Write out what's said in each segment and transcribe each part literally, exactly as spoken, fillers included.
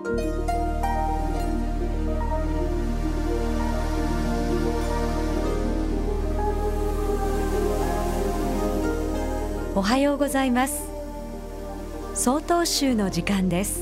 おはようございます。総統集の時間です。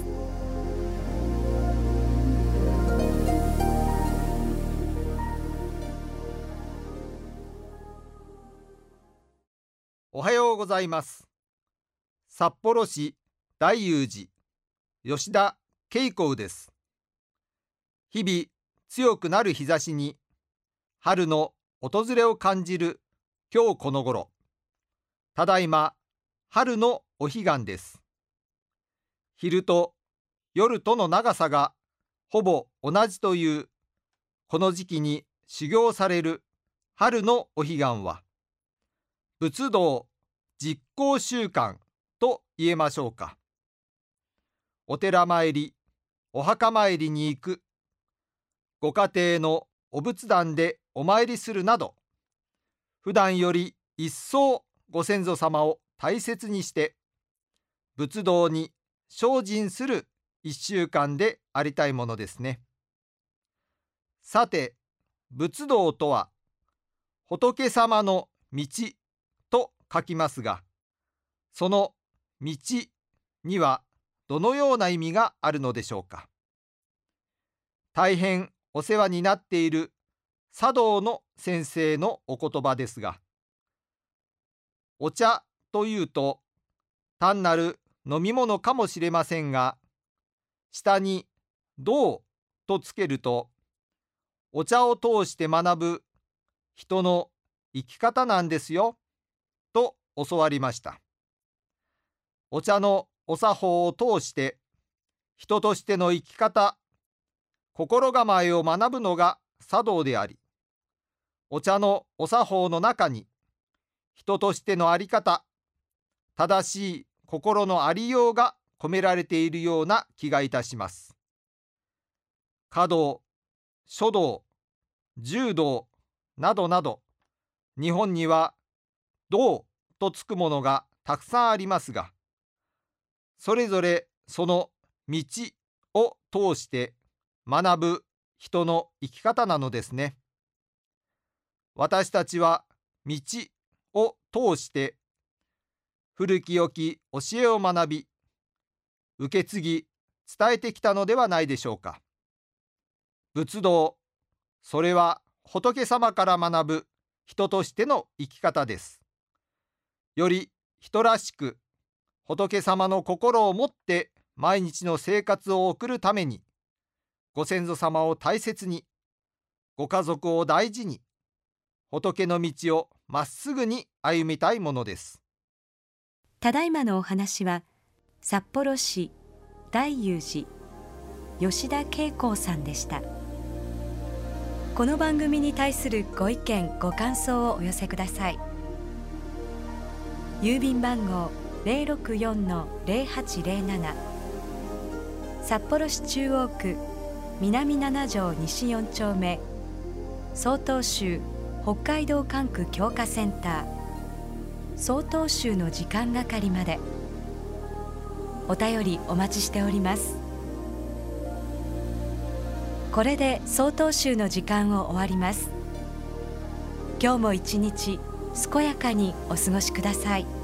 おはようございます。札幌市大雄寺吉田恵子です。日々強くなる日差しに春の訪れを感じる今日この頃、ただいま春のお彼岸です。昼と夜との長さがほぼ同じというこの時期に修行される春のお彼岸は、仏道実行習慣と言えましょうか。お寺参り、お墓参りに行く、ご家庭のお仏壇でお参りするなど、普段より一層ご先祖様を大切にして仏道に精進する一週間でありたいものですね。さて、仏道とは仏様の道と書きますが、その道にはどのような意味があるのでしょうか。大変お世話になっている茶道の先生のお言葉ですが、お茶というと単なる飲み物かもしれませんが、下に道とつけると、お茶を通して学ぶ人の生き方なんですよと教わりました。お茶のお作法を通して人としての生き方、心構えを学ぶのが茶道であり、お茶のお作法の中に人としての在り方、正しい心のありようが込められているような気がいたします。華道、書道、柔道などなど、日本には道とつくものがたくさんありますが、それぞれその道を通して学ぶ人の生き方なのですね。私たちは道を通して古き良き教えを学び、受け継ぎ伝えてきたのではないでしょうか。仏道、それは仏様から学ぶ人としての生き方です。より人らしく仏様の心を持って毎日の生活を送るために、ご先祖様を大切に、ご家族を大事に、仏の道をまっすぐに歩みたいものです。 ただいまのお話は、札幌市大雄寺吉田恵子さんでした。この番組に対するご意見ご感想をお寄せください。郵便番号 ゼロろくよんのゼロはちゼロなな、 札幌市中央区南なな条西よん丁目、曹洞宗北海道管区強化センター曹洞宗の時間係まで。お便りお待ちしております。これで曹洞宗の時間を終わります。今日も一日健やかにお過ごしください。